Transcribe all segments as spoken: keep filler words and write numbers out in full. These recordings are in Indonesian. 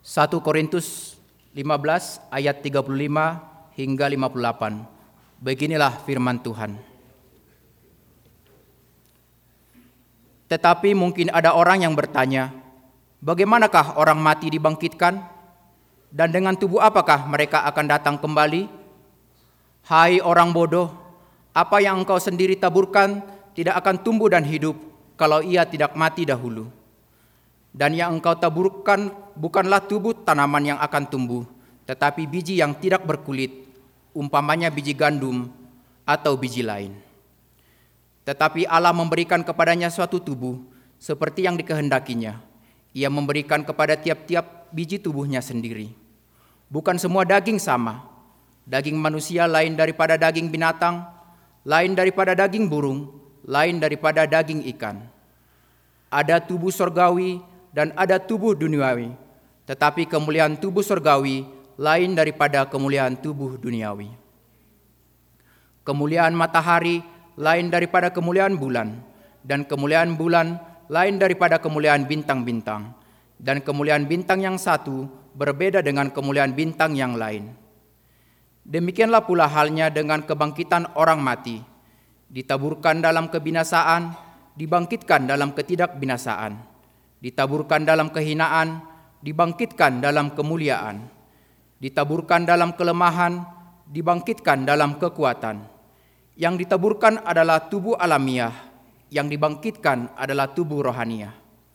satu Korintus lima belas ayat tiga puluh lima hingga lima puluh delapan. Beginilah firman Tuhan. Tetapi mungkin ada orang yang bertanya, bagaimanakah orang mati dibangkitkan? Dan dengan tubuh apakah mereka akan datang kembali? Hai orang bodoh, apa yang engkau sendiri taburkan tidak akan tumbuh dan hidup kalau ia tidak mati dahulu. Dan yang engkau taburkan bukanlah tubuh tanaman yang akan tumbuh, tetapi biji yang tidak berkulit, umpamanya biji gandum atau biji lain. Tetapi Allah memberikan kepadanya suatu tubuh seperti yang dikehendakinya. Ia memberikan kepada tiap-tiap biji tubuhnya sendiri. Bukan semua daging sama. Daging manusia lain daripada daging binatang, lain daripada daging burung, lain daripada daging ikan. Ada tubuh sorgawi dan ada tubuh duniawi, tetapi kemuliaan tubuh sorgawi lain daripada kemuliaan tubuh duniawi. Kemuliaan matahari lain daripada kemuliaan bulan, dan kemuliaan bulan lain daripada kemuliaan bintang-bintang, dan kemuliaan bintang yang satu berbeda dengan kemuliaan bintang yang lain. Demikianlah pula halnya dengan kebangkitan orang mati. Ditaburkan dalam kebinasaan, dibangkitkan dalam ketidakbinasaan. Ditaburkan dalam kehinaan, dibangkitkan dalam kemuliaan. Ditaburkan dalam kelemahan, dibangkitkan dalam kekuatan. Yang ditaburkan adalah tubuh alamiah, yang dibangkitkan adalah tubuh rohaniah.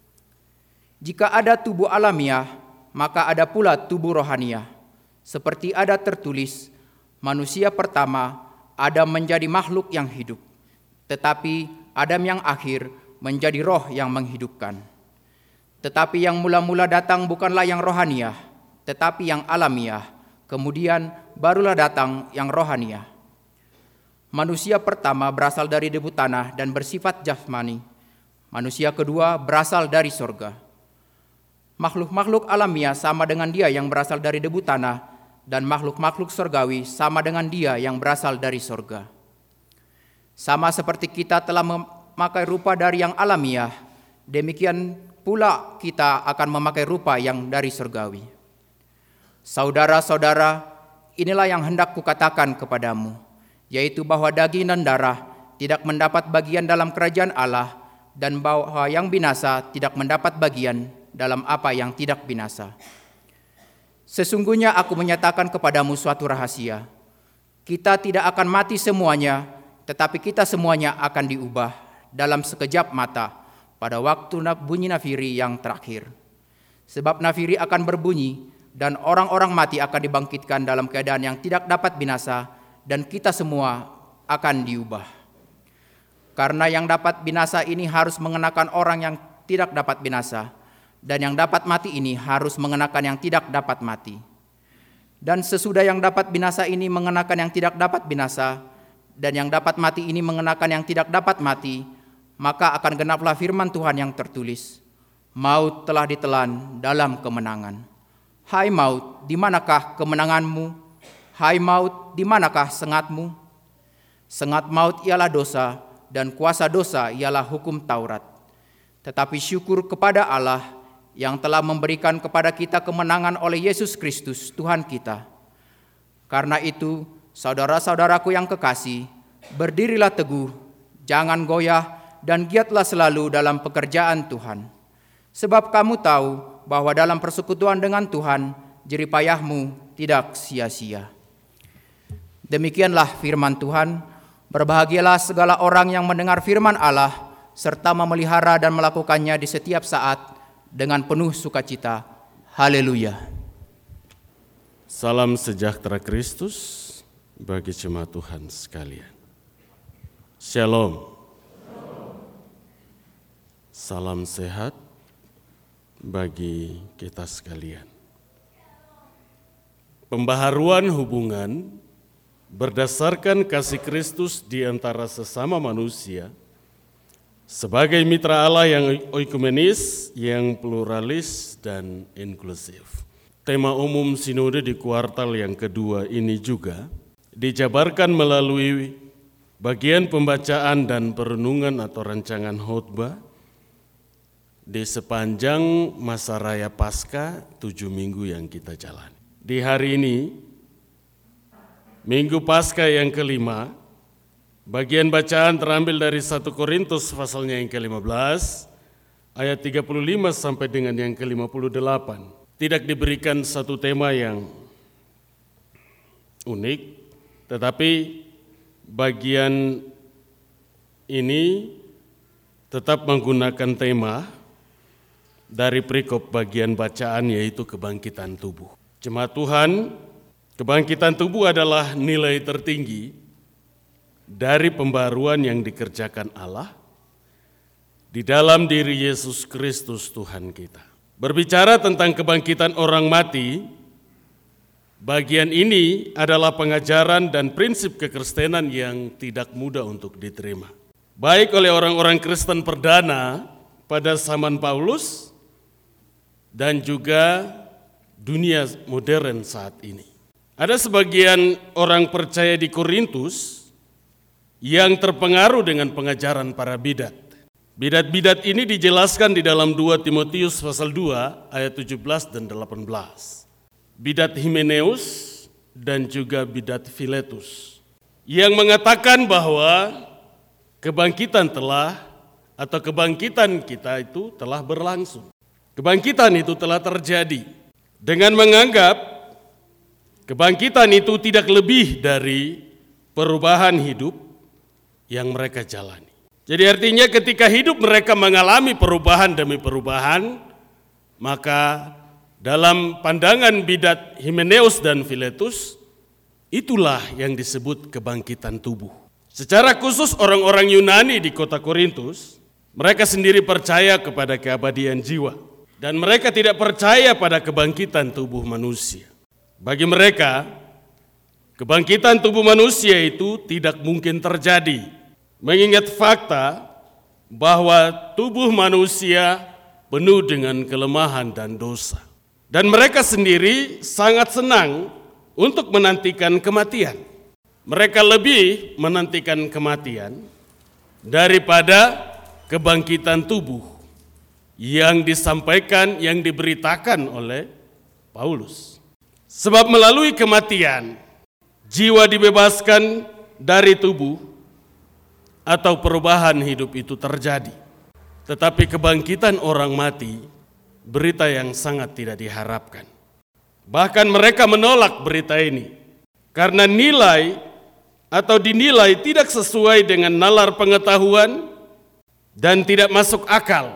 Jika ada tubuh alamiah, maka ada pula tubuh rohaniah. Seperti ada tertulis, manusia pertama Adam menjadi makhluk yang hidup, tetapi Adam yang akhir menjadi roh yang menghidupkan. Tetapi yang mula-mula datang bukanlah yang rohaniah, tetapi yang alamiah, kemudian barulah datang yang rohaniah. Manusia pertama berasal dari debu tanah dan bersifat jasmani. Manusia kedua berasal dari sorga. Makhluk-makhluk alamiah sama dengan dia yang berasal dari debu tanah, dan makhluk-makhluk sorgawi sama dengan dia yang berasal dari sorga. Sama seperti kita telah memakai rupa dari yang alamiah, demikian pula kita akan memakai rupa yang dari sorgawi. Saudara-saudara, inilah yang hendak kukatakan kepadamu, yaitu bahwa daging dan darah tidak mendapat bagian dalam kerajaan Allah, dan bahwa yang binasa tidak mendapat bagian dalam apa yang tidak binasa. Sesungguhnya aku menyatakan kepadamu suatu rahasia. Kita tidak akan mati semuanya, tetapi kita semuanya akan diubah dalam sekejap mata pada waktu bunyi nafiri yang terakhir. Sebab nafiri akan berbunyi dan orang-orang mati akan dibangkitkan dalam keadaan yang tidak dapat binasa, dan kita semua akan diubah. Karena yang dapat binasa ini harus mengenakan orang yang tidak dapat binasa, dan yang dapat mati ini harus mengenakan yang tidak dapat mati. Dan sesudah yang dapat binasa ini mengenakan yang tidak dapat binasa, dan yang dapat mati ini mengenakan yang tidak dapat mati, maka akan genaplah firman Tuhan yang tertulis, maut telah ditelan dalam kemenangan. Hai maut, di manakah kemenanganmu? Hai maut, di manakah sengatmu? Sengat maut ialah dosa, dan kuasa dosa ialah hukum Taurat. Tetapi syukur kepada Allah yang telah memberikan kepada kita kemenangan oleh Yesus Kristus Tuhan kita. Karena itu, saudara-saudaraku yang kekasih, berdirilah teguh, jangan goyah, dan giatlah selalu dalam pekerjaan Tuhan. Sebab kamu tahu bahwa dalam persekutuan dengan Tuhan, jerih payahmu tidak sia-sia. Demikianlah firman Tuhan. Berbahagialah segala orang yang mendengar firman Allah, serta memelihara dan melakukannya di setiap saat, dengan penuh sukacita. Haleluya. Salam sejahtera Kristus bagi jemaat Tuhan sekalian. Shalom. Salam sehat bagi kita sekalian. Pembaharuan hubungan berdasarkan kasih Kristus di antara sesama manusia sebagai mitra Allah yang oikumenis, yang pluralis dan inklusif. Tema umum sinode di kuartal yang kedua ini juga dijabarkan melalui bagian pembacaan dan perenungan atau rancangan khotbah di sepanjang masa raya Paskah tujuh minggu yang kita jalani. Di hari ini, Minggu Paskah yang kelima, bagian bacaan terambil dari satu Korintus pasalnya yang kelima belas, ayat tiga puluh lima sampai dengan yang kelima puluh delapan. Tidak diberikan satu tema yang unik, tetapi bagian ini tetap menggunakan tema dari perikop bagian bacaan, yaitu kebangkitan tubuh. Jemaat Tuhan, kebangkitan tubuh adalah nilai tertinggi dari pembaruan yang dikerjakan Allah di dalam diri Yesus Kristus Tuhan kita. Berbicara tentang kebangkitan orang mati, bagian ini adalah pengajaran dan prinsip kekristenan yang tidak mudah untuk diterima, baik oleh orang-orang Kristen perdana pada zaman Paulus dan juga dunia modern saat ini. Ada sebagian orang percaya di Korintus yang terpengaruh dengan pengajaran para bidat. Bidat-bidat ini dijelaskan di dalam dua Timotius pasal dua ayat tujuh belas dan delapan belas. Bidat Himeneus dan juga bidat Filetus yang mengatakan bahwa kebangkitan telah atau kebangkitan kita itu telah berlangsung. Kebangkitan itu telah terjadi dengan menganggap kebangkitan itu tidak lebih dari perubahan hidup yang mereka jalani. Jadi artinya ketika hidup mereka mengalami perubahan demi perubahan, maka dalam pandangan bidat Himeneus dan Filetus, itulah yang disebut kebangkitan tubuh. Secara khusus orang-orang Yunani di kota Korintus, mereka sendiri percaya kepada keabadian jiwa. Dan mereka tidak percaya pada kebangkitan tubuh manusia. Bagi mereka, kebangkitan tubuh manusia itu tidak mungkin terjadi. Mengingat fakta bahwa tubuh manusia penuh dengan kelemahan dan dosa. Dan mereka sendiri sangat senang untuk menantikan kematian. Mereka lebih menantikan kematian daripada kebangkitan tubuh yang disampaikan, yang diberitakan oleh Paulus. Sebab melalui kematian, jiwa dibebaskan dari tubuh atau perubahan hidup itu terjadi. Tetapi kebangkitan orang mati, berita yang sangat tidak diharapkan. Bahkan mereka menolak berita ini karena nilai atau dinilai tidak sesuai dengan nalar pengetahuan dan tidak masuk akal,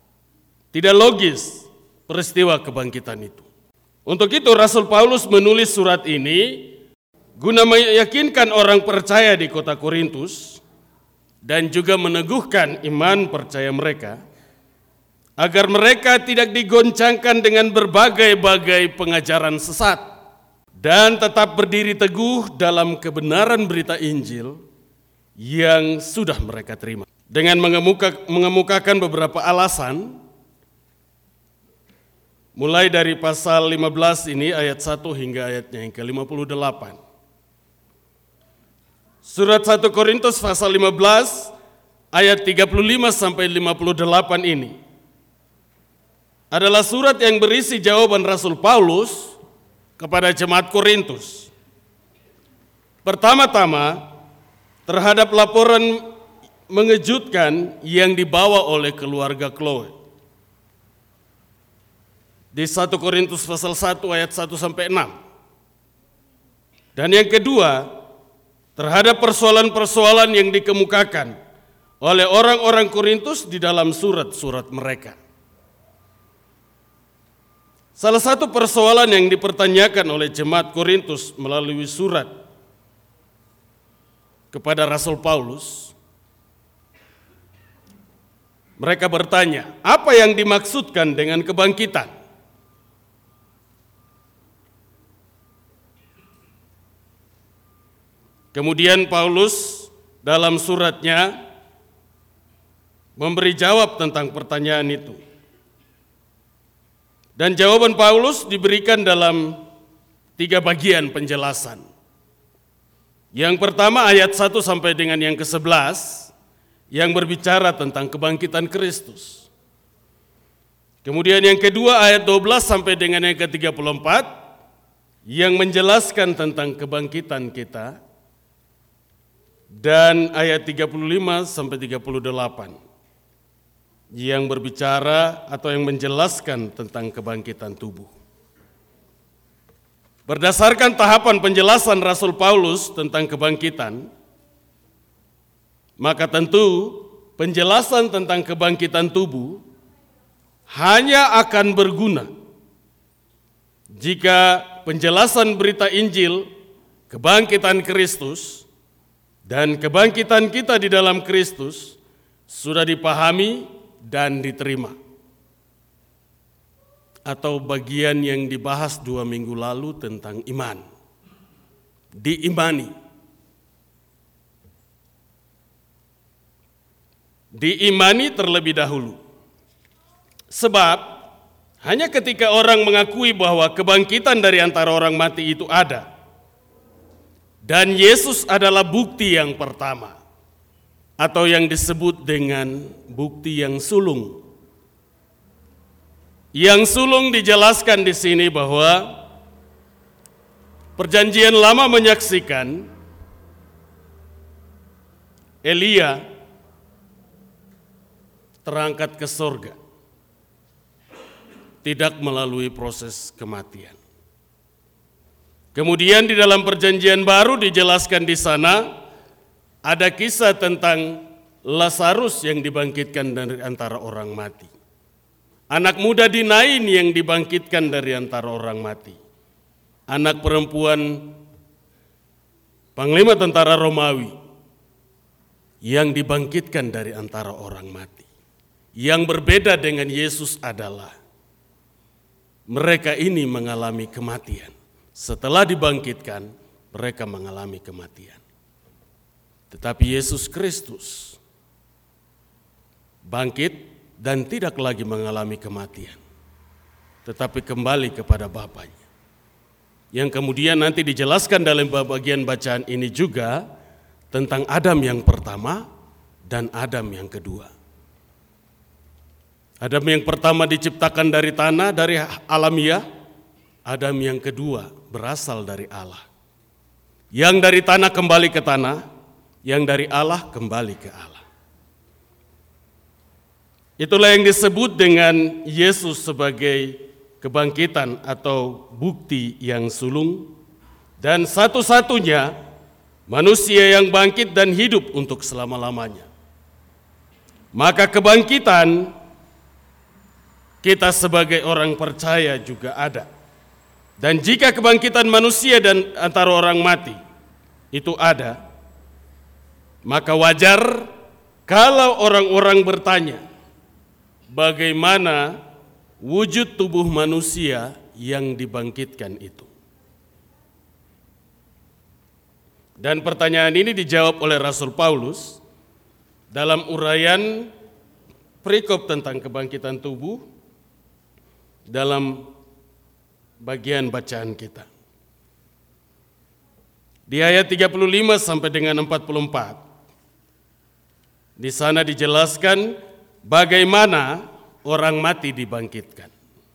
tidak logis peristiwa kebangkitan itu. Untuk itu Rasul Paulus menulis surat ini guna meyakinkan orang percaya di kota Korintus dan juga meneguhkan iman percaya mereka, agar mereka tidak digoncangkan dengan berbagai-bagai pengajaran sesat dan tetap berdiri teguh dalam kebenaran berita Injil yang sudah mereka terima. Dengan mengemuka, mengemukakan beberapa alasan, mulai dari pasal lima belas ini ayat satu hingga ayatnya yang ke lima puluh delapan. Surat satu Korintus pasal lima belas ayat tiga puluh lima sampai lima puluh delapan ini adalah surat yang berisi jawaban Rasul Paulus kepada jemaat Korintus. Pertama-tama, terhadap laporan mengejutkan yang dibawa oleh keluarga Chloe. Di satu Korintus pasal satu ayat satu sampai enam. Dan yang kedua, terhadap persoalan-persoalan yang dikemukakan oleh orang-orang Korintus di dalam surat-surat mereka. Salah satu persoalan yang dipertanyakan oleh jemaat Korintus melalui surat kepada Rasul Paulus, mereka bertanya, apa yang dimaksudkan dengan kebangkitan? Kemudian Paulus dalam suratnya memberi jawab tentang pertanyaan itu. Dan jawaban Paulus diberikan dalam tiga bagian penjelasan. Yang pertama ayat satu sampai dengan yang ke sebelas yang berbicara tentang kebangkitan Kristus. Kemudian yang kedua ayat dua belas sampai dengan yang ke tiga puluh empat yang menjelaskan tentang kebangkitan kita, dan ayat tiga puluh lima sampai tiga puluh delapan yang berbicara atau yang menjelaskan tentang kebangkitan tubuh. Berdasarkan tahapan penjelasan Rasul Paulus tentang kebangkitan, maka tentu penjelasan tentang kebangkitan tubuh hanya akan berguna jika penjelasan berita Injil kebangkitan Kristus dan kebangkitan kita di dalam Kristus sudah dipahami dan diterima. Atau bagian yang dibahas dua minggu lalu tentang iman. Diimani. Diimani terlebih dahulu. Sebab hanya ketika orang mengakui bahwa kebangkitan dari antara orang mati itu ada, dan Yesus adalah bukti yang pertama, atau yang disebut dengan bukti yang sulung. Yang sulung dijelaskan di sini bahwa Perjanjian Lama menyaksikan Elia terangkat ke surga, tidak melalui proses kematian. Kemudian di dalam Perjanjian Baru dijelaskan di sana ada kisah tentang Lazarus yang dibangkitkan dari antara orang mati. Anak muda di Nain yang dibangkitkan dari antara orang mati. Anak perempuan panglima tentara Romawi yang dibangkitkan dari antara orang mati. Yang berbeda dengan Yesus adalah mereka ini mengalami kematian. Setelah dibangkitkan, mereka mengalami kematian. Tetapi Yesus Kristus bangkit dan tidak lagi mengalami kematian, tetapi kembali kepada Bapanya. Yang kemudian nanti dijelaskan dalam bagian bacaan ini juga tentang Adam yang pertama dan Adam yang kedua. Adam yang pertama diciptakan dari tanah, dari alamiah. Adam yang kedua berasal dari Allah. Yang dari tanah kembali ke tanah, yang dari Allah kembali ke Allah. Itulah yang disebut dengan Yesus sebagai kebangkitan atau bukti yang sulung, dan satu-satunya manusia yang bangkit dan hidup untuk selama-lamanya. Maka kebangkitan kita sebagai orang percaya juga ada. Dan jika kebangkitan manusia dan antara orang mati itu ada, maka wajar kalau orang-orang bertanya, bagaimana wujud tubuh manusia yang dibangkitkan itu? Dan pertanyaan ini dijawab oleh Rasul Paulus dalam uraian perikop tentang kebangkitan tubuh dalam bagian bacaan kita. Di ayat tiga puluh lima sampai dengan empat puluh empat, di sana dijelaskan bagaimana orang mati dibangkitkan.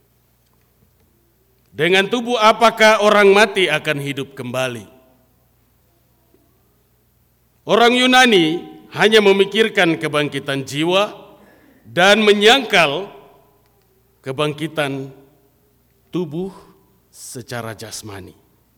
Dengan tubuh apakah orang mati akan hidup kembali? Orang Yunani hanya memikirkan kebangkitan jiwa dan menyangkal kebangkitan tubuh secara jasmani.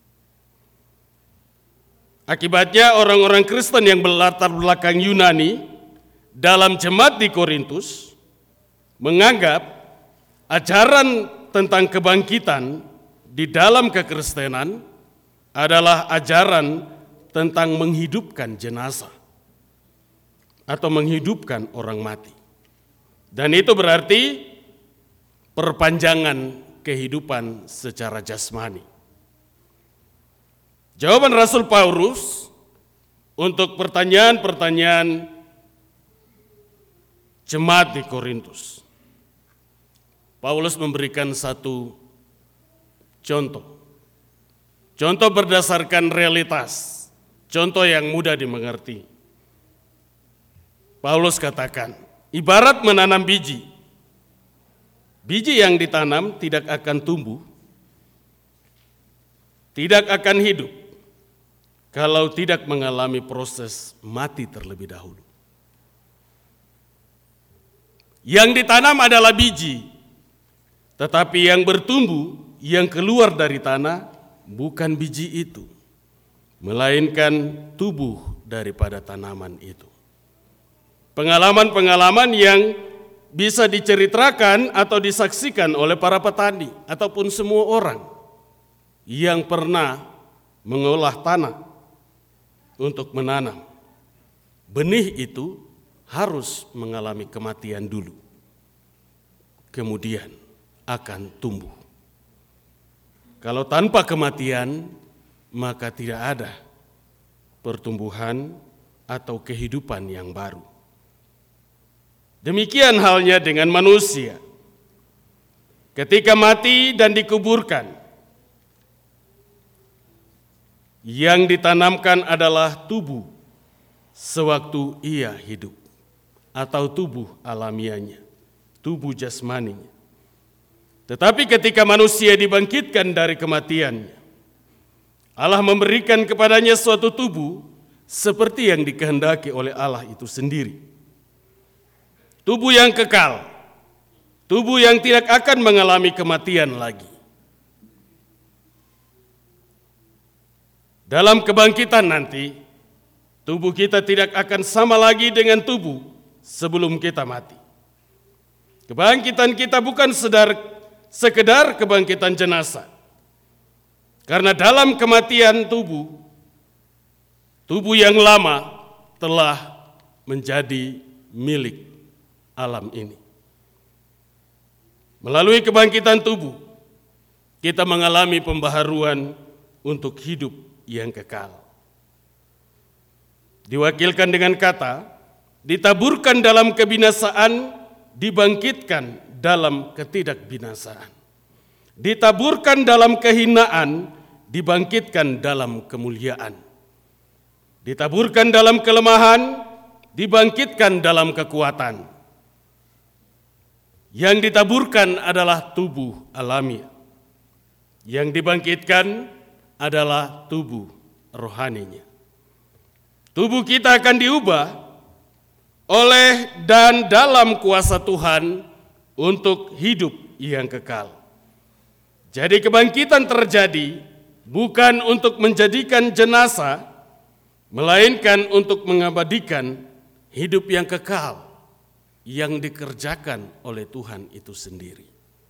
Akibatnya orang-orang Kristen yang berlatar belakang Yunani dalam jemaat di Korintus menganggap ajaran tentang kebangkitan di dalam kekristenan adalah ajaran tentang menghidupkan jenazah atau menghidupkan orang mati. Dan itu berarti perpanjangan kehidupan secara jasmani. Jawaban Rasul Paulus untuk pertanyaan-pertanyaan jemaat di Korintus. Paulus memberikan satu contoh. Contoh berdasarkan realitas. Contoh yang mudah dimengerti. Paulus katakan, ibarat menanam biji. Biji yang ditanam tidak akan tumbuh, tidak akan hidup, kalau tidak mengalami proses mati terlebih dahulu. Yang ditanam adalah biji, tetapi yang bertumbuh, yang keluar dari tanah, bukan biji itu, melainkan tubuh daripada tanaman itu. Pengalaman-pengalaman yang bisa diceritakan atau disaksikan oleh para petani ataupun semua orang yang pernah mengolah tanah untuk menanam. Benih itu harus mengalami kematian dulu, kemudian akan tumbuh. Kalau tanpa kematian, maka tidak ada pertumbuhan atau kehidupan yang baru. Demikian halnya dengan manusia. Ketika mati dan dikuburkan, yang ditanamkan adalah tubuh sewaktu ia hidup, atau tubuh alamiahnya, tubuh jasmaninya. Tetapi ketika manusia dibangkitkan dari kematiannya, Allah memberikan kepadanya suatu tubuh seperti yang dikehendaki oleh Allah itu sendiri. Tubuh yang kekal, tubuh yang tidak akan mengalami kematian lagi. Dalam kebangkitan nanti, tubuh kita tidak akan sama lagi dengan tubuh sebelum kita mati. Kebangkitan kita bukan sedar, sekedar kebangkitan jenazah. Karena dalam kematian tubuh, tubuh yang lama telah menjadi milik alam ini. Melalui kebangkitan tubuh, kita mengalami pembaharuan untuk hidup yang kekal. Diwakilkan dengan kata, ditaburkan dalam kebinasaan, dibangkitkan dalam ketidakbinasaan. Ditaburkan dalam kehinaan, dibangkitkan dalam kemuliaan. Ditaburkan dalam kelemahan, dibangkitkan dalam kekuatan. Yang ditaburkan adalah tubuh alamiah. Yang dibangkitkan adalah tubuh rohaninya. Tubuh kita akan diubah oleh dan dalam kuasa Tuhan untuk hidup yang kekal. Jadi kebangkitan terjadi bukan untuk menjadikan jenazah, melainkan untuk mengabadikan hidup yang kekal yang dikerjakan oleh Tuhan itu sendiri.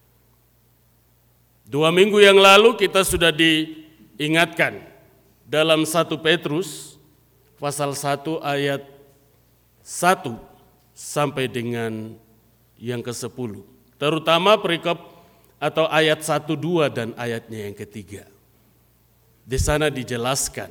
Dua minggu yang lalu kita sudah diingatkan dalam satu Petrus pasal satu ayat satu sampai dengan yang kesepuluh. Terutama perikop atau ayat satu, dua dan ayatnya yang ketiga. Di sana dijelaskan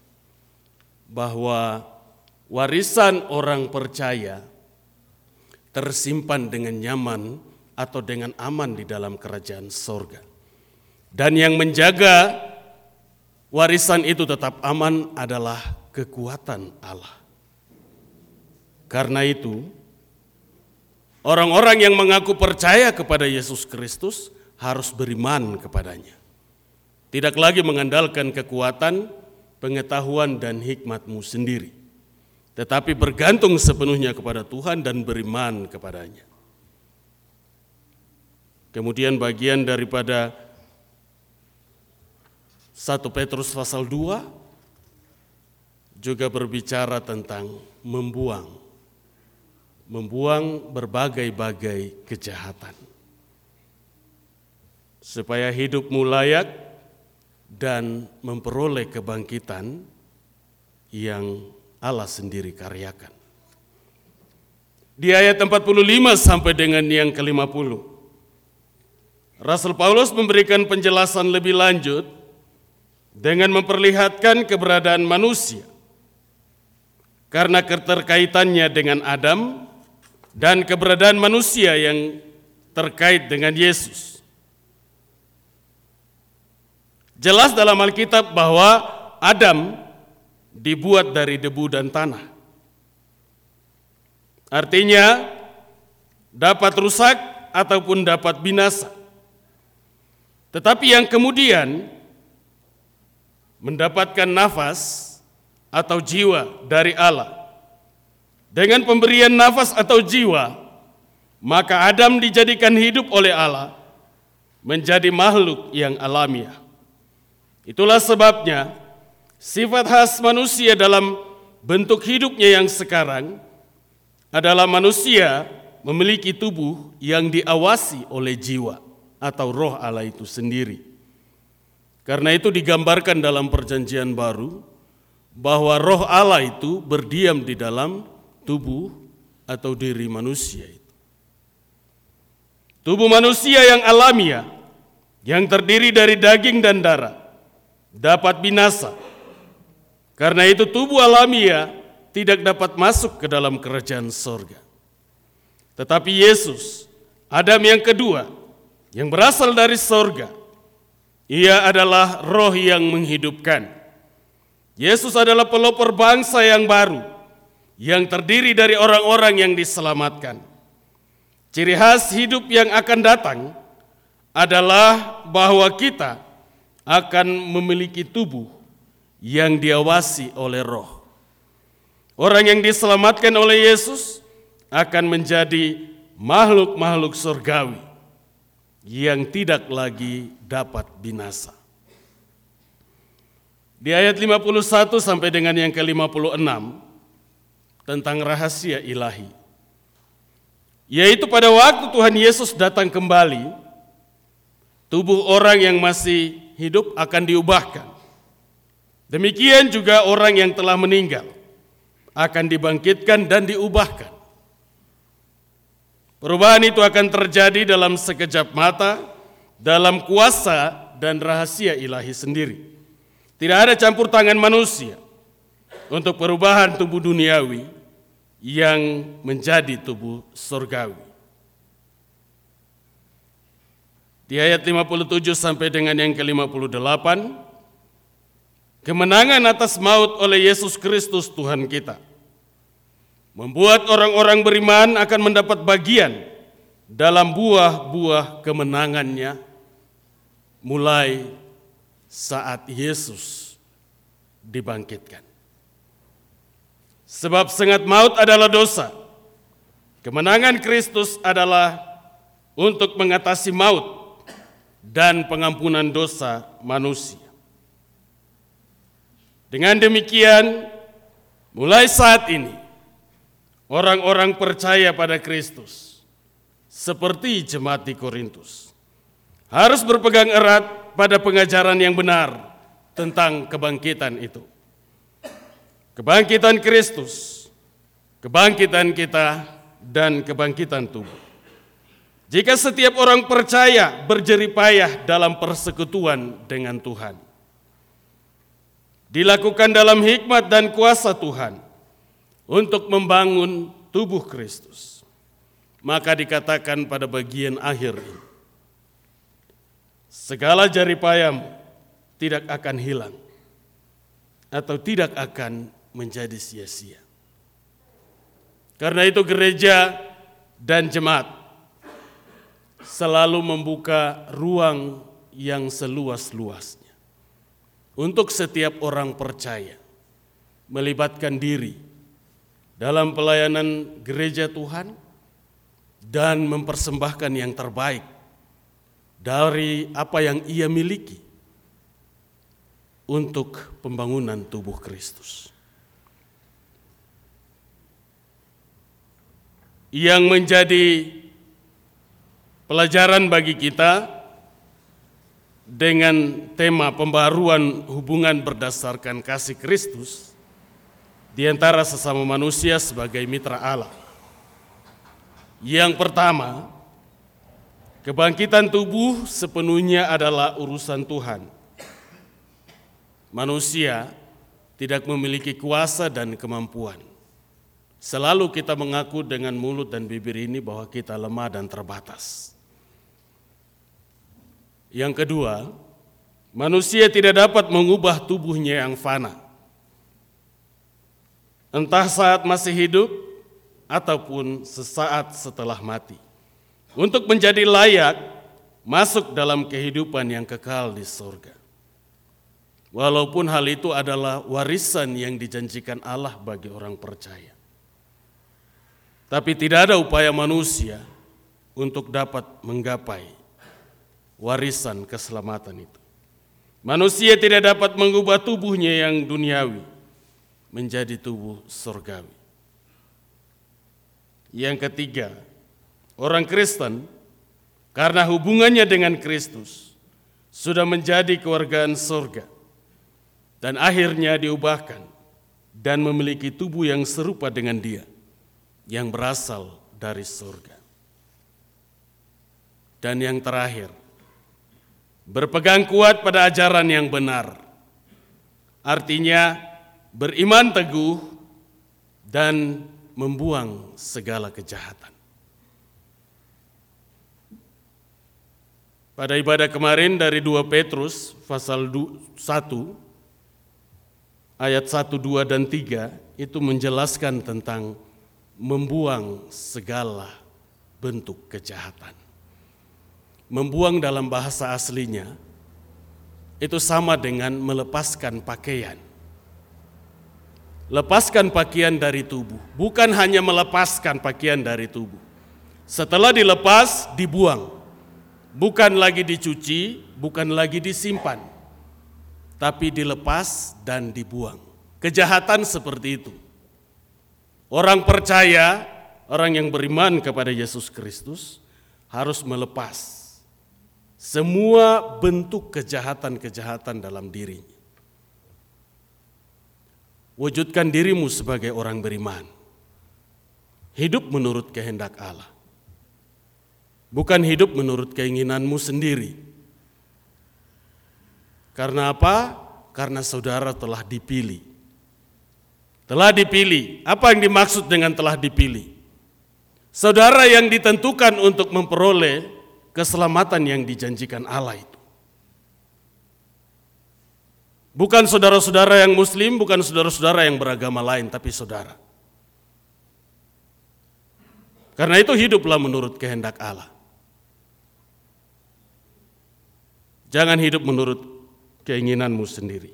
bahwa warisan orang percaya tersimpan dengan nyaman atau dengan aman di dalam kerajaan sorga. Dan yang menjaga warisan itu tetap aman adalah kekuatan Allah. Karena itu, orang-orang yang mengaku percaya kepada Yesus Kristus harus beriman kepadanya. Tidak lagi mengandalkan kekuatan, pengetahuan, dan hikmatmu sendiri, tetapi bergantung sepenuhnya kepada Tuhan dan beriman kepadanya. Kemudian bagian daripada satu Petrus pasal dua juga berbicara tentang membuang, membuang berbagai-bagai kejahatan, supaya hidupmu layak dan memperoleh kebangkitan yang Allah sendiri karyakan. Di ayat empat puluh lima sampai dengan yang ke lima puluh, Rasul Paulus memberikan penjelasan lebih lanjut dengan memperlihatkan keberadaan manusia karena keterkaitannya dengan Adam dan keberadaan manusia yang terkait dengan Yesus. Jelas dalam Alkitab bahwa Adam dibuat dari debu dan tanah. Artinya dapat rusak ataupun dapat binasa, tetapi yang kemudian mendapatkan nafas atau jiwa dari Allah. Dengan pemberian nafas atau jiwa, maka Adam dijadikan hidup oleh Allah menjadi makhluk yang alamiah. Itulah sebabnya sifat khas manusia dalam bentuk hidupnya yang sekarang adalah manusia memiliki tubuh yang diawasi oleh jiwa atau roh Allah itu sendiri. Karena itu digambarkan dalam perjanjian baru bahwa roh Allah itu berdiam di dalam tubuh atau diri manusia itu. Tubuh manusia yang alamiah, yang terdiri dari daging dan darah, dapat binasa. Karena itu tubuh alamiah tidak dapat masuk ke dalam kerajaan sorga. Tetapi Yesus, Adam yang kedua, yang berasal dari sorga, ia adalah roh yang menghidupkan. Yesus adalah pelopor bangsa yang baru, yang terdiri dari orang-orang yang diselamatkan. Ciri khas hidup yang akan datang adalah bahwa kita akan memiliki tubuh yang diawasi oleh roh. Orang yang diselamatkan oleh Yesus akan menjadi makhluk-makhluk surgawi yang tidak lagi dapat binasa. Di ayat lima puluh satu sampai dengan yang ke lima puluh enam tentang rahasia ilahi, yaitu pada waktu Tuhan Yesus datang kembali, tubuh orang yang masih hidup akan diubahkan. Demikian juga orang yang telah meninggal akan dibangkitkan dan diubahkan. Perubahan itu akan terjadi dalam sekejap mata, dalam kuasa dan rahasia ilahi sendiri. Tidak ada campur tangan manusia untuk perubahan tubuh duniawi yang menjadi tubuh surgawi. Di ayat lima puluh tujuh sampai dengan yang ke lima puluh delapan, kemenangan atas maut oleh Yesus Kristus Tuhan kita membuat orang-orang beriman akan mendapat bagian dalam buah-buah kemenangannya mulai saat Yesus dibangkitkan. Sebab sengat maut adalah dosa, kemenangan Kristus adalah untuk mengatasi maut dan pengampunan dosa manusia. Dengan demikian, mulai saat ini, orang-orang percaya pada Kristus, seperti jemaat di Korintus, harus berpegang erat pada pengajaran yang benar tentang kebangkitan itu. Kebangkitan Kristus, kebangkitan kita, dan kebangkitan tubuh. Jika setiap orang percaya berjeripayah dalam persekutuan dengan Tuhan, dilakukan dalam hikmat dan kuasa Tuhan untuk membangun tubuh Kristus, maka dikatakan pada bagian akhir ini, segala jaripayamu tidak akan hilang atau tidak akan menjadi sia-sia. Karena itu gereja dan jemaat selalu membuka ruang yang seluas-luasnya untuk setiap orang percaya melibatkan diri dalam pelayanan gereja Tuhan dan mempersembahkan yang terbaik dari apa yang ia miliki untuk pembangunan tubuh Kristus. Yang menjadi pelajaran bagi kita dengan tema pembaruan hubungan berdasarkan kasih Kristus di antara sesama manusia sebagai mitra Allah. Yang pertama, kebangkitan tubuh sepenuhnya adalah urusan Tuhan. Manusia tidak memiliki kuasa dan kemampuan. Selalu kita mengaku dengan mulut dan bibir ini bahwa kita lemah dan terbatas. Yang kedua, manusia tidak dapat mengubah tubuhnya yang fana, entah saat masih hidup ataupun sesaat setelah mati. untuk menjadi layak masuk dalam kehidupan yang kekal di surga. Walaupun hal itu adalah warisan yang dijanjikan Allah bagi orang percaya. Tapi tidak ada upaya manusia untuk dapat menggapai warisan keselamatan itu. Manusia tidak dapat mengubah tubuhnya yang duniawi menjadi tubuh surgawi. Yang ketiga, orang Kristen karena hubungannya dengan Kristus sudah menjadi kewargaan surga dan akhirnya diubahkan dan memiliki tubuh yang serupa dengan Dia yang berasal dari surga. Dan yang terakhir, berpegang kuat pada ajaran yang benar, artinya beriman teguh dan membuang segala kejahatan. Pada ibadah kemarin dari dua Petrus pasal satu ayat satu, dua, dan tiga itu menjelaskan tentang membuang segala bentuk kejahatan. Membuang dalam bahasa aslinya itu sama dengan melepaskan pakaian. Lepaskan pakaian dari tubuh, bukan hanya melepaskan pakaian dari tubuh. Setelah dilepas, dibuang. Bukan lagi dicuci, bukan lagi disimpan, tapi dilepas dan dibuang. Kejahatan seperti itu. Orang percaya, orang yang beriman kepada Yesus Kristus harus melepas semua bentuk kejahatan-kejahatan dalam dirinya. Wujudkan dirimu sebagai orang beriman. Hidup menurut kehendak Allah. Bukan hidup menurut keinginanmu sendiri. Karena apa? Karena saudara telah dipilih. Telah dipilih. Apa yang dimaksud dengan telah dipilih? Saudara yang ditentukan untuk memperoleh keselamatan yang dijanjikan Allah itu. Bukan saudara-saudara yang muslim, bukan saudara-saudara yang beragama lain, tapi saudara. Karena itu hiduplah menurut kehendak Allah. Jangan hidup menurut keinginanmu sendiri.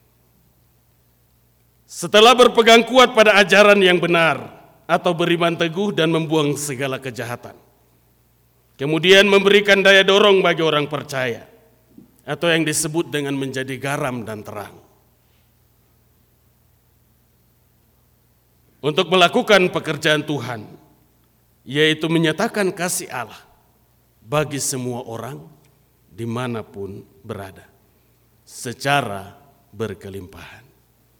Setelah berpegang kuat pada ajaran yang benar atau beriman teguh dan membuang segala kejahatan, kemudian memberikan daya dorong bagi orang percaya atau yang disebut dengan menjadi garam dan terang. Untuk melakukan pekerjaan Tuhan, yaitu menyatakan kasih Allah bagi semua orang dimanapun berada, secara berkelimpahan.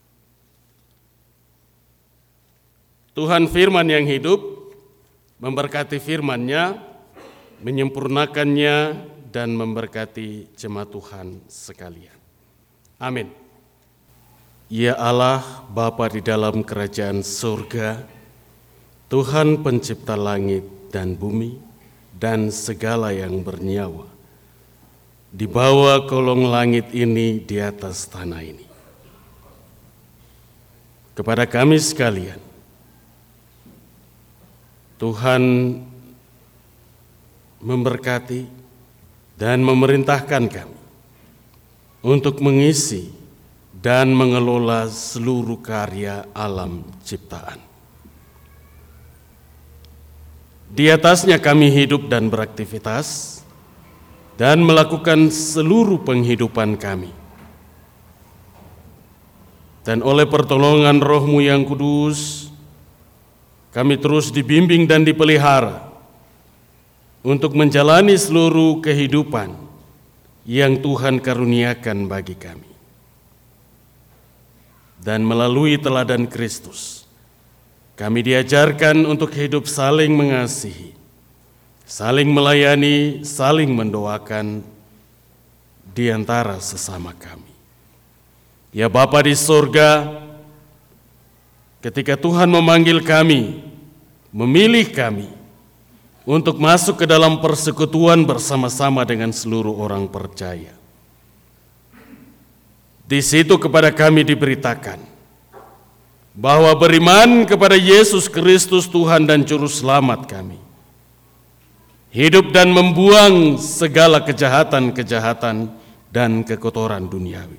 Tuhan firman yang hidup, memberkati firman-Nya, menyempurnakannya, dan memberkati jemaat Tuhan sekalian. Amin. Ya Allah, Bapa di dalam kerajaan surga, Tuhan pencipta langit dan bumi, dan segala yang bernyawa, di bawah kolong langit ini, di atas tanah ini. Kepada kami sekalian, Tuhan memberkati dan memerintahkan kami untuk mengisi dan mengelola seluruh karya alam ciptaan. Di atasnya kami hidup dan beraktivitas dan melakukan seluruh penghidupan kami. Dan oleh pertolongan Roh-Mu yang kudus, kami terus dibimbing dan dipelihara untuk menjalani seluruh kehidupan yang Tuhan karuniakan bagi kami. Dan melalui teladan Kristus, kami diajarkan untuk hidup saling mengasihi, saling melayani, saling mendoakan di antara sesama kami. Ya Bapa di surga, ketika Tuhan memanggil kami, memilih kami untuk masuk ke dalam persekutuan bersama-sama dengan seluruh orang percaya, di situ kepada kami diberitakan bahwa beriman kepada Yesus Kristus Tuhan dan Juru Selamat kami hidup dan membuang segala kejahatan-kejahatan dan kekotoran duniawi.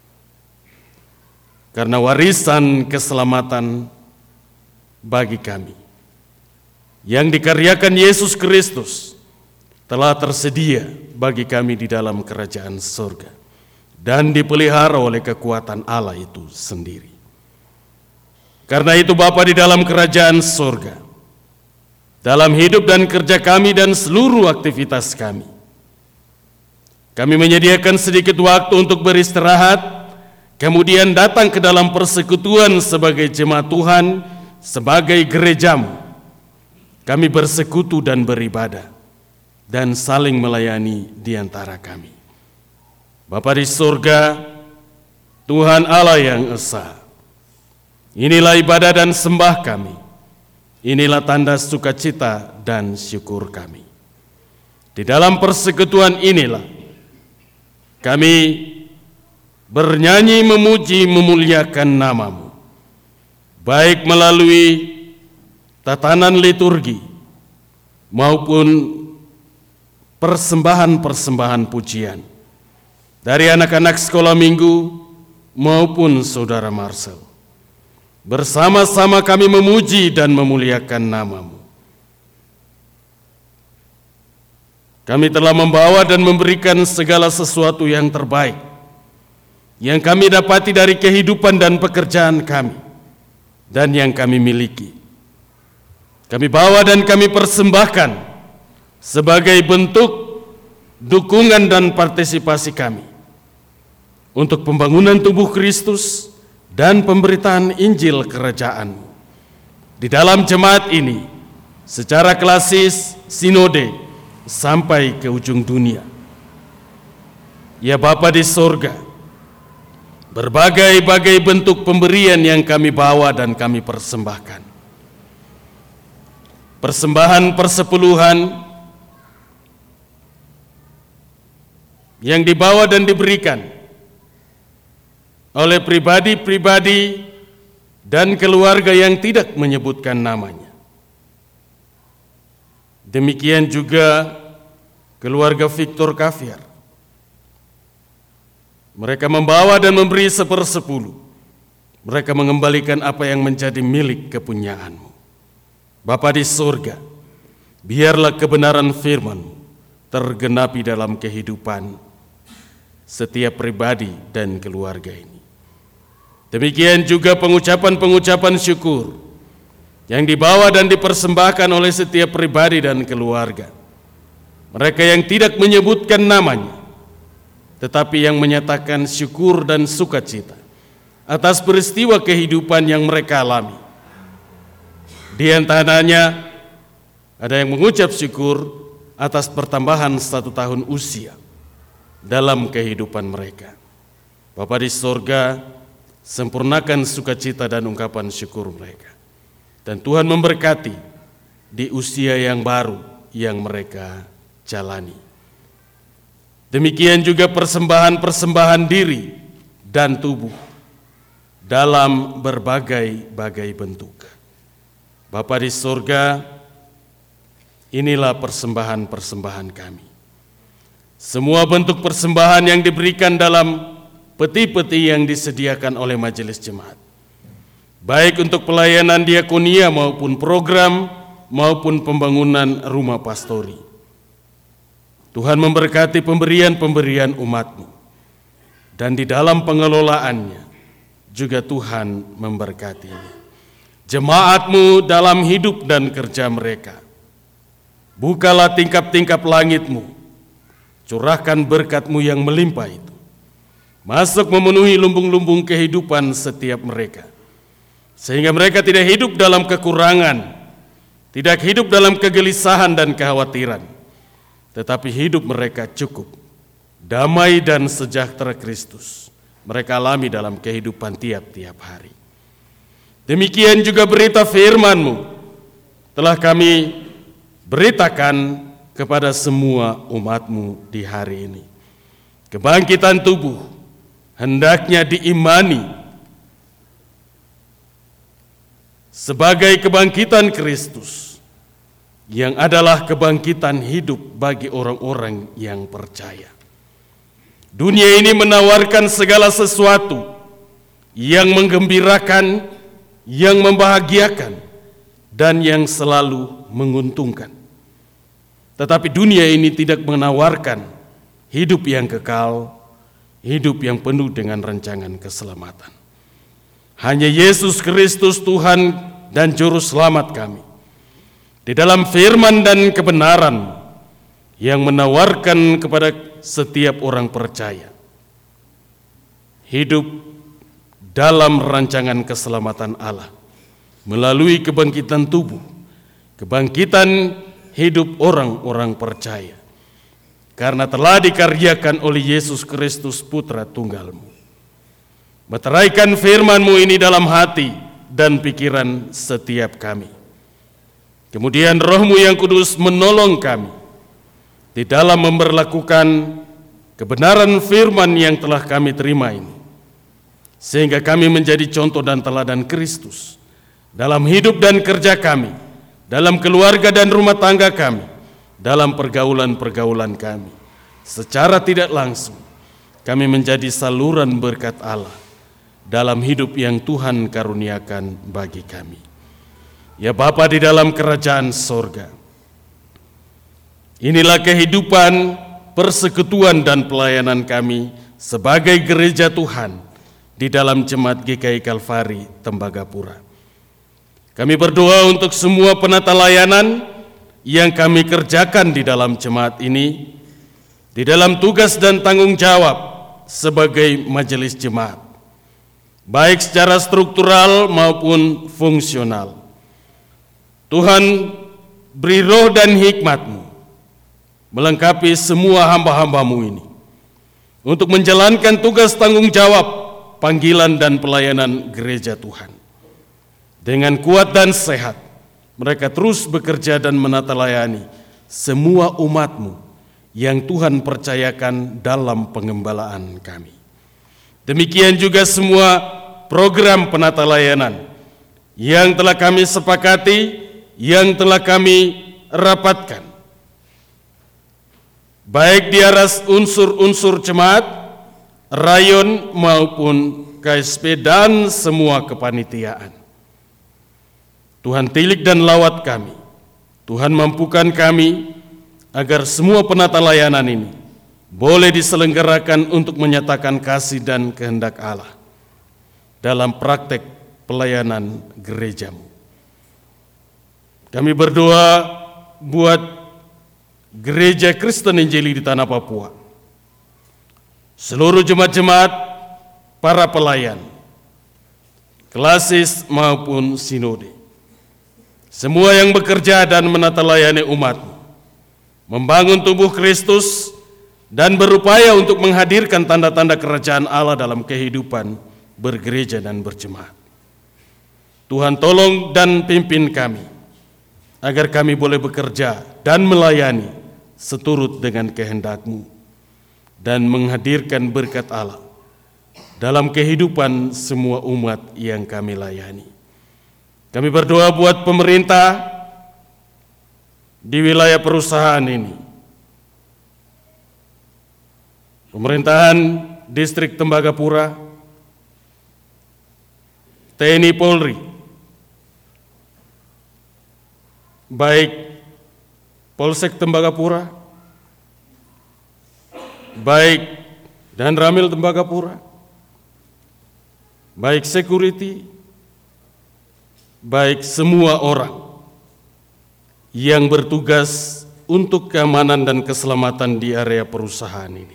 Karena warisan keselamatan bagi kami yang dikaryakan Yesus Kristus telah tersedia bagi kami di dalam kerajaan surga dan dipelihara oleh kekuatan Allah itu sendiri. Karena itu Bapa, di dalam kerajaan surga, dalam hidup dan kerja kami dan seluruh aktivitas kami, kami menyediakan sedikit waktu untuk beristirahat, kemudian datang ke dalam persekutuan sebagai jemaat Tuhan, sebagai gerejamu. Kami bersekutu dan beribadah dan saling melayani di antara kami. Bapa di surga, Tuhan Allah yang esa, inilah ibadah dan sembah kami. Inilah tanda sukacita dan syukur kami. Di dalam persekutuan inilah kami bernyanyi, memuji, memuliakan nama-Mu, baik melalui tatanan liturgi maupun persembahan-persembahan pujian dari anak-anak sekolah minggu maupun saudara Marcel. Bersama-sama kami memuji dan memuliakan nama-Mu. Kami telah membawa dan memberikan segala sesuatu yang terbaik yang kami dapati dari kehidupan dan pekerjaan kami dan yang kami miliki. Kami bawa dan kami persembahkan sebagai bentuk dukungan dan partisipasi kami untuk pembangunan tubuh Kristus dan pemberitaan Injil Kerajaan-Mu. Di dalam jemaat ini, secara klasis sinode sampai ke ujung dunia. Ya Bapa di surga, berbagai-bagai bentuk pemberian yang kami bawa dan kami persembahkan. Persembahan persepuluhan yang dibawa dan diberikan oleh pribadi-pribadi dan keluarga yang tidak menyebutkan namanya. Demikian juga keluarga Victor Kaviar. Mereka membawa dan memberi sepersepuluh. Mereka mengembalikan apa yang menjadi milik kepunyaan-Mu. Bapa di surga, biarlah kebenaran firman-Mu tergenapi dalam kehidupan setiap pribadi dan keluarga ini. Demikian juga pengucapan-pengucapan syukur yang dibawa dan dipersembahkan oleh setiap pribadi dan keluarga. Mereka yang tidak menyebutkan namanya, tetapi yang menyatakan syukur dan sukacita atas peristiwa kehidupan yang mereka alami. Di antaranya ada yang mengucap syukur atas pertambahan satu tahun usia dalam kehidupan mereka. Bapa di surga, sempurnakan sukacita dan ungkapan syukur mereka. Dan Tuhan memberkati di usia yang baru yang mereka jalani. Demikian juga persembahan-persembahan diri dan tubuh dalam berbagai-bagai bentuk. Bapa di surga, inilah persembahan-persembahan kami. Semua bentuk persembahan yang diberikan dalam peti-peti yang disediakan oleh majelis jemaat, baik untuk pelayanan diakonia maupun program maupun pembangunan rumah pastori. Tuhan memberkati pemberian-pemberian umat-Mu, dan di dalam pengelolaannya juga Tuhan memberkati jemaat-Mu dalam hidup dan kerja mereka. Bukalah tingkap-tingkap langit-Mu, curahkan berkat-Mu yang melimpah itu, masuk memenuhi lumbung-lumbung kehidupan setiap mereka, sehingga mereka tidak hidup dalam kekurangan, tidak hidup dalam kegelisahan dan kekhawatiran, tetapi hidup mereka cukup, damai dan sejahtera Kristus mereka alami dalam kehidupan tiap-tiap hari. Demikian juga berita firman-Mu telah kami beritakan kepada semua umat-Mu di hari ini. Kebangkitan tubuh hendaknya diimani sebagai kebangkitan Kristus yang adalah kebangkitan hidup bagi orang-orang yang percaya. Dunia ini menawarkan segala sesuatu yang menggembirakan, yang membahagiakan, dan yang selalu menguntungkan. Tetapi dunia ini tidak menawarkan hidup yang kekal, hidup yang penuh dengan rancangan keselamatan. Hanya Yesus Kristus Tuhan dan Juru Selamat kami, di dalam firman dan kebenaran yang menawarkan kepada setiap orang percaya hidup dalam rancangan keselamatan Allah melalui kebangkitan tubuh, kebangkitan hidup orang-orang percaya, karena telah dikaryakan oleh Yesus Kristus Putra Tunggalmu. Meteraikan firman-Mu ini dalam hati dan pikiran setiap kami. Kemudian Roh-Mu yang kudus menolong kami di dalam memberlakukan kebenaran firman yang telah kami terima ini, sehingga kami menjadi contoh dan teladan Kristus dalam hidup dan kerja kami, dalam keluarga dan rumah tangga kami, dalam pergaulan-pergaulan kami. Secara tidak langsung kami menjadi saluran berkat Allah dalam hidup yang Tuhan karuniakan bagi kami. Ya Bapa di dalam kerajaan sorga, inilah kehidupan, persekutuan dan pelayanan kami sebagai gereja Tuhan di dalam Jemaat G K I Kalvari Tembagapura. Kami berdoa untuk semua penata layanan yang kami kerjakan di dalam jemaat ini, di dalam tugas dan tanggung jawab sebagai majelis jemaat, baik secara struktural maupun fungsional. Tuhan, beri roh dan hikmat-Mu melengkapi semua hamba-hamba-Mu ini untuk menjalankan tugas tanggung jawab, panggilan dan pelayanan gereja Tuhan. Dengan kuat dan sehat, mereka terus bekerja dan menata layani semua umat-Mu yang Tuhan percayakan dalam pengembalaan kami. Demikian juga semua program penata layanan yang telah kami sepakati, yang telah kami rapatkan, baik di aras unsur-unsur jemaat, rayon maupun K S P dan semua kepanitiaan. Tuhan tilik dan lawat kami, Tuhan mampukan kami agar semua penata layanan ini boleh diselenggarakan untuk menyatakan kasih dan kehendak Allah dalam praktek pelayanan gereja-Mu. Kami berdoa buat Gereja Kristen Injili di Tanah Papua, seluruh jemaat-jemaat, para pelayan, klasis maupun sinode, semua yang bekerja dan menata layani umat, membangun tubuh Kristus dan berupaya untuk menghadirkan tanda-tanda kerajaan Allah dalam kehidupan bergereja dan berjemaat. Tuhan tolong dan pimpin kami, agar kami boleh bekerja dan melayani seturut dengan kehendak-Mu dan menghadirkan berkat Allah dalam kehidupan semua umat yang kami layani. Kami berdoa buat pemerintah di wilayah perusahaan ini, pemerintahan distrik Tembagapura, T N I Polri, baik Polsek Tembagapura, baik dan Ramil Tembagapura, baik security, baik semua orang yang bertugas untuk keamanan dan keselamatan di area perusahaan ini.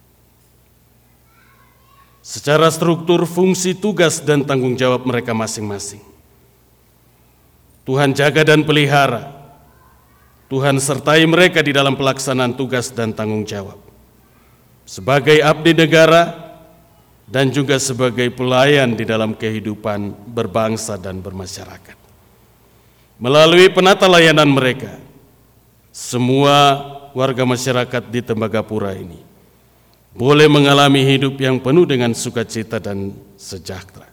Secara struktur, fungsi, tugas, dan tanggung jawab mereka masing-masing, Tuhan jaga dan pelihara. Tuhan sertai mereka di dalam pelaksanaan tugas dan tanggung jawab sebagai abdi negara dan juga sebagai pelayan di dalam kehidupan berbangsa dan bermasyarakat. Melalui penata layanan mereka, semua warga masyarakat di Tembagapura ini boleh mengalami hidup yang penuh dengan sukacita dan sejahtera.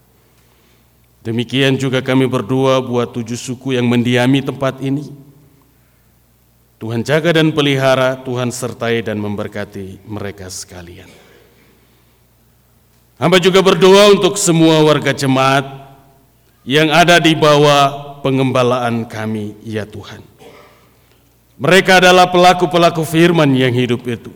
Demikian juga kami berdoa buat tujuh suku yang mendiami tempat ini, Tuhan jaga dan pelihara, Tuhan sertai dan memberkati mereka sekalian. Hamba juga berdoa untuk semua warga jemaat yang ada di bawah pengembalaan kami, ya Tuhan. Mereka adalah pelaku-pelaku firman yang hidup itu.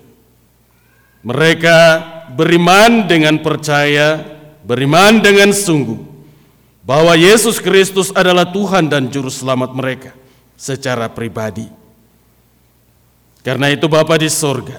Mereka beriman dengan percaya, beriman dengan sungguh, bahwa Yesus Kristus adalah Tuhan dan Juru Selamat mereka secara pribadi. Karena itu Bapa di sorga,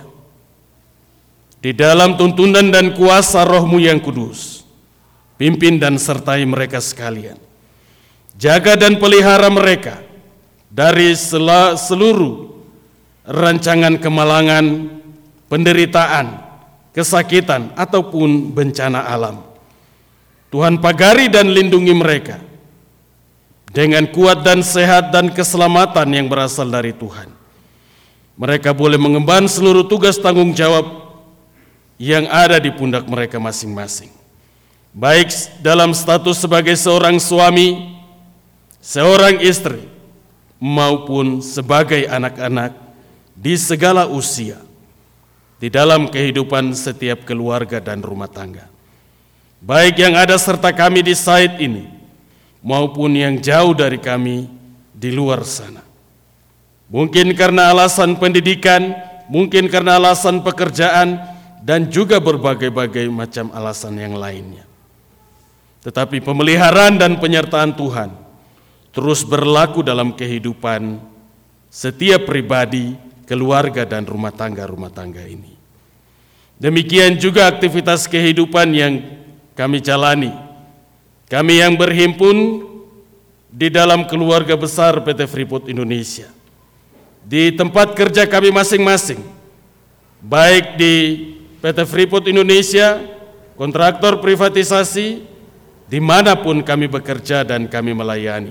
di dalam tuntunan dan kuasa Roh-Mu yang kudus, pimpin dan sertai mereka sekalian. Jaga dan pelihara mereka dari seluruh rancangan kemalangan, penderitaan, kesakitan, ataupun bencana alam. Tuhan pagari dan lindungi mereka dengan kuat dan sehat dan keselamatan yang berasal dari Tuhan. Mereka boleh mengemban seluruh tugas tanggung jawab yang ada di pundak mereka masing-masing, baik dalam status sebagai seorang suami, seorang istri, maupun sebagai anak-anak di segala usia, di dalam kehidupan setiap keluarga dan rumah tangga, baik yang ada serta kami di site ini, maupun yang jauh dari kami di luar sana. Mungkin karena alasan pendidikan, mungkin karena alasan pekerjaan, dan juga berbagai-bagai macam alasan yang lainnya. Tetapi pemeliharaan dan penyertaan Tuhan terus berlaku dalam kehidupan setiap pribadi, keluarga, dan rumah tangga-rumah tangga ini. Demikian juga aktivitas kehidupan yang kami jalani. Kami yang berhimpun di dalam keluarga besar P T Freeport Indonesia, di tempat kerja kami masing-masing, baik di P T Freeport Indonesia, kontraktor privatisasi, dimanapun kami bekerja dan kami melayani.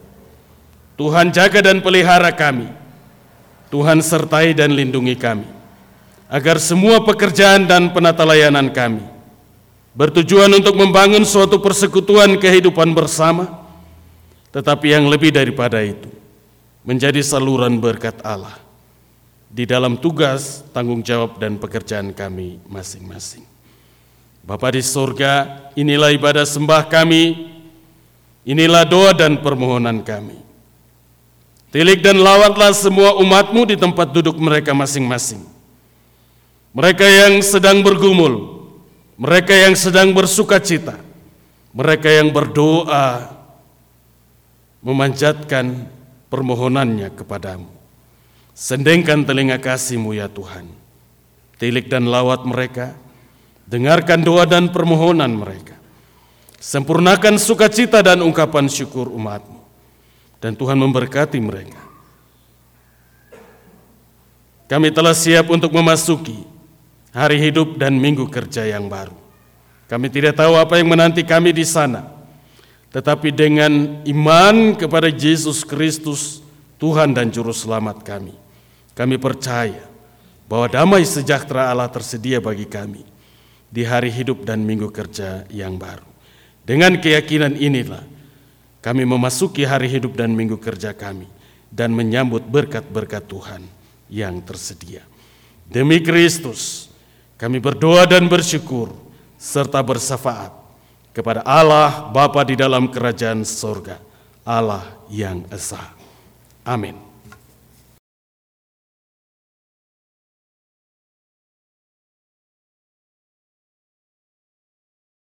Tuhan jaga dan pelihara kami, Tuhan sertai dan lindungi kami, agar semua pekerjaan dan penata layanan kami bertujuan untuk membangun suatu persekutuan kehidupan bersama, tetapi yang lebih daripada itu, menjadi saluran berkat Allah di dalam tugas, tanggung jawab, dan pekerjaan kami masing-masing. Bapa di surga, inilah ibadah sembah kami, inilah doa dan permohonan kami. Tilik dan lawatlah semua umat-Mu di tempat duduk mereka masing-masing. Mereka yang sedang bergumul, mereka yang sedang bersuka cita, mereka yang berdoa, memanjatkan permohonannya kepadamu. Sendengkan telinga kasih-Mu ya Tuhan. Tilik dan lawat mereka, dengarkan doa dan permohonan mereka. Sempurnakan sukacita dan ungkapan syukur umat-Mu. Dan Tuhan memberkati mereka. Kami telah siap untuk memasuki hari hidup dan minggu kerja yang baru. Kami tidak tahu apa yang menanti kami di sana. Tetapi dengan iman kepada Yesus Kristus, Tuhan dan Juru Selamat kami, kami percaya bahwa damai sejahtera Allah tersedia bagi kami di hari hidup dan minggu kerja yang baru. Dengan keyakinan inilah kami memasuki hari hidup dan minggu kerja kami dan menyambut berkat-berkat Tuhan yang tersedia. Demi Kristus, kami berdoa dan bersyukur serta bersyafaat kepada Allah Bapa di dalam kerajaan surga, Allah yang esa. Amin.